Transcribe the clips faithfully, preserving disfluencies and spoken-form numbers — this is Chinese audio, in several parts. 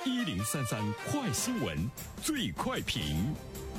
一零三三快新闻最快评。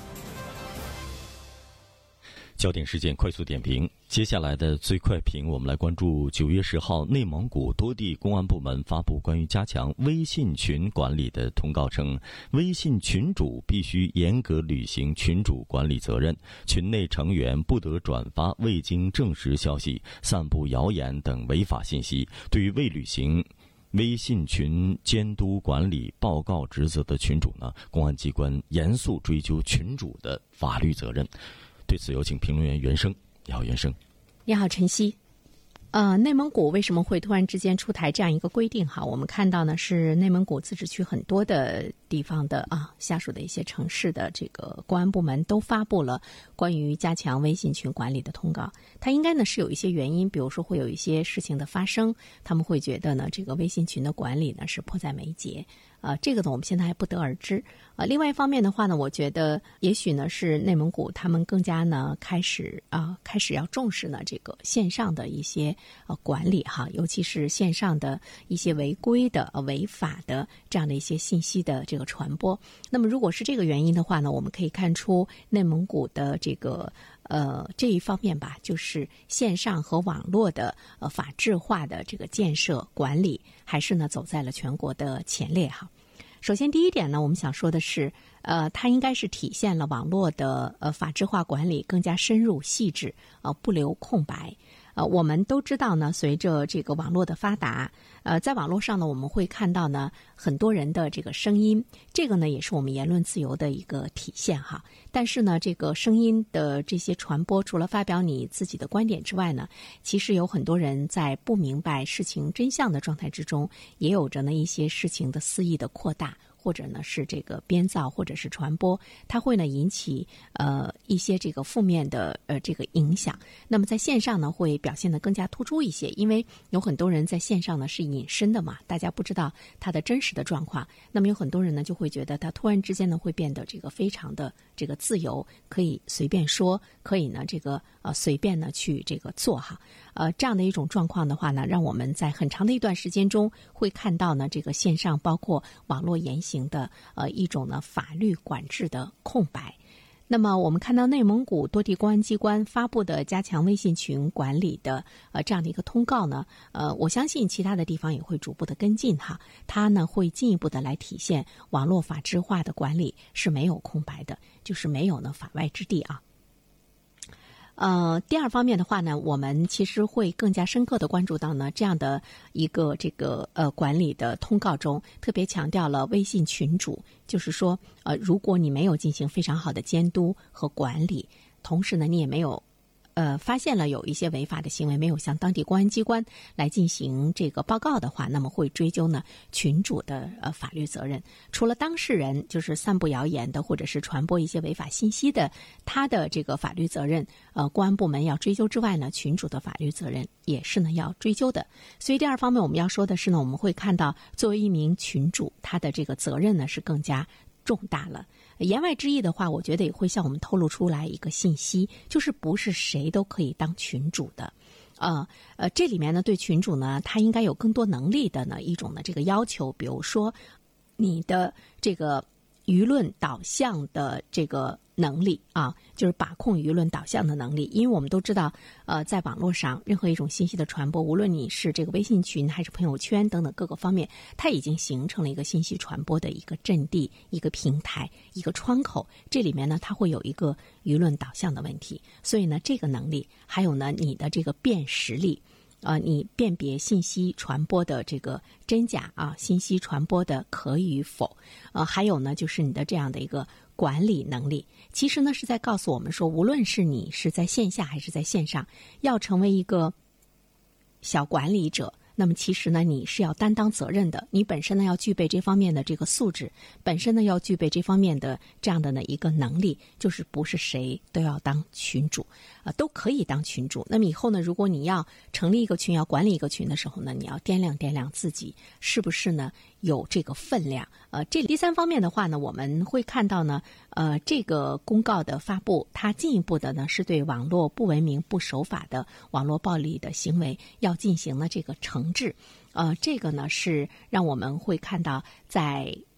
焦点事件快速点评，接下来的最快评，我们来关注九月十号，内蒙古多地公安部门发布关于加强微信群管理的通告称，微信群主必须严格履行群主管理责任，群内成员不得转发未经证实消息、散布谣言等违法信息。对于未履行微信群监督管理报告职责的群主呢，公安机关严肃追究群主的法律责任。对此，有请评论员袁生。你好，袁生。 你好，晨曦。呃，内蒙古为什么会突然之间出台这样一个规定？哈，我们看到呢，是内蒙古自治区很多的地方的啊下属的一些城市的这个公安部门都发布了关于加强微信群管理的通告。它应该呢是有一些原因，比如说会有一些事情的发生，他们会觉得呢这个微信群的管理呢是迫在眉睫。呃，这个呢我们现在还不得而知。呃，另外一方面的话呢，我觉得也许呢是内蒙古他们更加呢开始啊、呃、开始要重视呢这个线上的一些呃管理哈，尤其是线上的一些违规的、呃、违法的这样的一些信息的这个传播。那么如果是这个原因的话呢，我们可以看出内蒙古的这个呃这一方面吧，就是线上和网络的呃法治化的这个建设管理，还是呢走在了全国的前列哈。首先，第一点呢，我们想说的是，呃，它应该是体现了网络的呃法治化管理更加深入细致，呃，不留空白。呃，我们都知道呢，随着这个网络的发达，呃，在网络上呢，我们会看到呢很多人的这个声音，这个呢也是我们言论自由的一个体现哈。但是呢，这个声音的这些传播，除了发表你自己的观点之外呢，其实有很多人在不明白事情真相的状态之中，也有着呢一些事情的肆意的扩大，或者呢是这个编造，或者是传播，它会呢引起呃一些这个负面的呃这个影响。那么在线上呢会表现得更加突出一些，因为有很多人在线上呢是隐身的嘛，大家不知道他的真实的状况。那么有很多人呢就会觉得他突然之间呢会变得这个非常的这个自由，可以随便说，可以呢这个呃随便呢去这个做哈。呃这样的一种状况的话呢，让我们在很长的一段时间中会看到呢这个线上包括网络言行的呃一种呢法律管制的空白。那么我们看到内蒙古多地公安机关发布的加强微信群管理的呃这样的一个通告呢，呃我相信其他的地方也会逐步的跟进哈，它呢会进一步的来体现网络法治化的管理是没有空白的，就是没有呢法外之地啊。呃，第二方面的话呢，我们其实会更加深刻的关注到呢，这样的一个这个呃管理的通告中，特别强调了微信群主，就是说，呃，如果你没有进行非常好的监督和管理，同时呢，你也没有。呃，发现了有一些违法的行为，没有向当地公安机关来进行这个报告的话，那么会追究呢群主的呃法律责任。除了当事人就是散布谣言的或者是传播一些违法信息的，他的这个法律责任，呃，公安部门要追究之外呢，群主的法律责任也是呢要追究的。所以第二方面我们要说的是呢，我们会看到作为一名群主，他的这个责任呢是更加重大了。言外之意的话，我觉得也会向我们透露出来一个信息，就是不是谁都可以当群主的。呃呃，这里面呢，对群主呢，他应该有更多能力的呢一种的这个要求，比如说你的这个舆论导向的这个能力啊，就是把控舆论导向的能力。因为我们都知道，呃，在网络上任何一种信息的传播，无论你是这个微信群还是朋友圈等等各个方面，它已经形成了一个信息传播的一个阵地、一个平台、一个窗口。这里面呢，它会有一个舆论导向的问题。所以呢，这个能力，还有呢，你的这个辨识力。呃，你辨别信息传播的这个真假啊，信息传播的可与否，呃，还有呢，就是你的这样的一个管理能力，其实呢是在告诉我们说，无论是你是在线下还是在线上，要成为一个小管理者，那么其实呢你是要担当责任的，你本身呢要具备这方面的这个素质，本身呢要具备这方面的这样的呢一个能力，就是不是谁都要当群主，呃都可以当群主。那么以后呢，如果你要成立一个群，要管理一个群的时候呢，你要掂量掂量自己是不是呢有这个分量。呃，这第三方面的话呢，我们会看到呢，呃，这个公告的发布，它进一步的呢是对网络不文明、不守法的网络暴力的行为要进行了这个惩治。呃，这个呢是让我们会看到在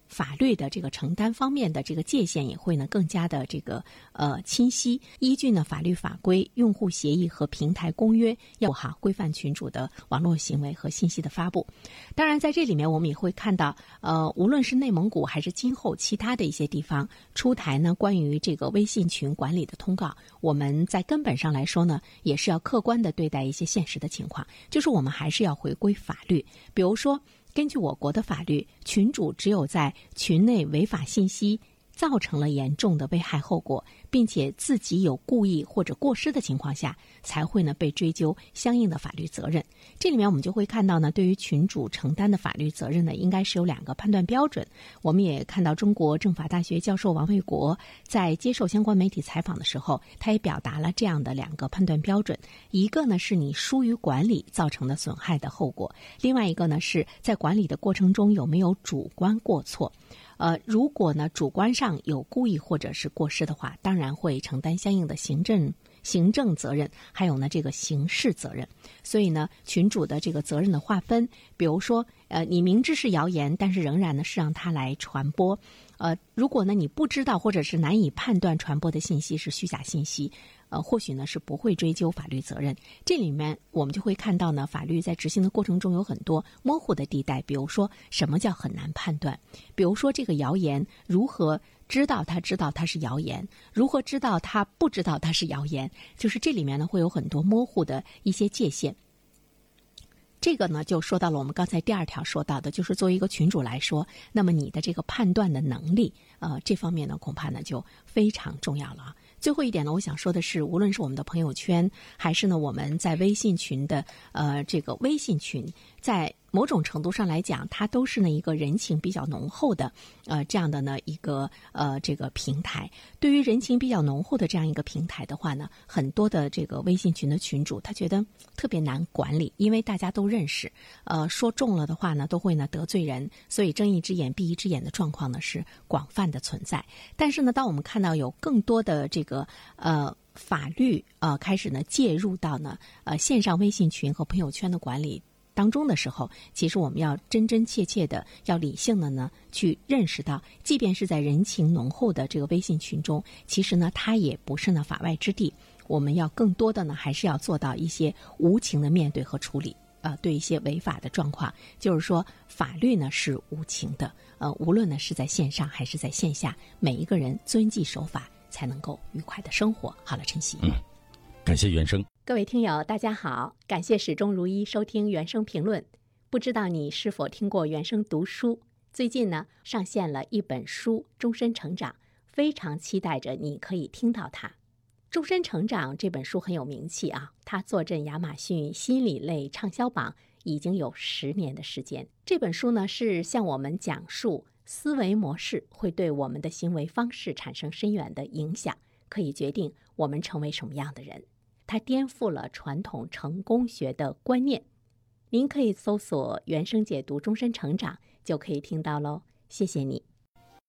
法律的这个承担方面的这个界限也会呢更加的这个呃清晰，依据呢法律法规、用户协议和平台公约，要哈规范群主的网络行为和信息的发布。当然，在这里面我们也会看到，呃，无论是内蒙古还是今后其他的一些地方出台呢关于这个微信群管理的通告，我们在根本上来说呢，也是要客观的对待一些现实的情况，就是我们还是要回归法律，比如说。根据我国的法律，群主只有在群内违法信息造成了严重的危害后果，并且自己有故意或者过失的情况下，才会呢被追究相应的法律责任。这里面我们就会看到呢，对于群主承担的法律责任呢，应该是有两个判断标准。我们也看到中国政法大学教授王卫国在接受相关媒体采访的时候，他也表达了这样的两个判断标准：一个呢是你疏于管理造成的损害的后果，另外一个呢是在管理的过程中有没有主观过错。呃，如果呢主观上有故意或者是过失的话，当然会承担相应的行政行政责任，还有呢这个刑事责任。所以呢，群主的这个责任的划分，比如说，呃，你明知是谣言，但是仍然呢是让它来传播。呃，如果呢你不知道或者是难以判断传播的信息是虚假信息，呃，或许呢是不会追究法律责任。这里面我们就会看到呢，法律在执行的过程中有很多模糊的地带，比如说什么叫很难判断，比如说这个谣言如何知道他知道他是谣言，如何知道他不知道他是谣言，就是这里面呢会有很多模糊的一些界限。这个呢就说到了我们刚才第二条说到的，就是作为一个群主来说，那么你的这个判断的能力，呃，这方面呢恐怕呢就非常重要了。最后一点呢，我想说的是，无论是我们的朋友圈，还是呢我们在微信群的呃这个微信群，在某种程度上来讲，它都是呢一个人情比较浓厚的呃这样的呢一个呃这个平台。对于人情比较浓厚的这样一个平台的话呢，很多的这个微信群的群主他觉得特别难管理，因为大家都认识，呃说重了的话呢都会呢得罪人，所以睁一只眼闭一只眼的状况呢是广泛的存在。但是呢，当我们看到有更多的这个呃法律呃开始呢介入到呢呃线上微信群和朋友圈的管理当中的时候，其实我们要真真切切的要理性的呢去认识到，即便是在人情浓厚的这个微信群中，其实呢它也不是呢法外之地。我们要更多的呢还是要做到一些无情的面对和处理，呃对一些违法的状况，就是说法律呢是无情的，呃无论呢是在线上还是在线下，每一个人遵纪守法才能够愉快的生活。好了，晨曦。 嗯，感谢原生。 各位听友大家好，感谢始终如一收听原声评论。不知道你是否听过原声读书，最近呢上线了一本书《终身成长》，非常期待着你可以听到它。《终身成长》这本书很有名气啊，它坐镇亚马逊心理类畅销榜已经有十年的时间。这本书呢是向我们讲述思维模式会对我们的行为方式产生深远的影响，可以决定我们成为什么样的人。它颠覆了传统成功学的观念。您可以搜索原声解读终身成长就可以听到喽，谢谢你。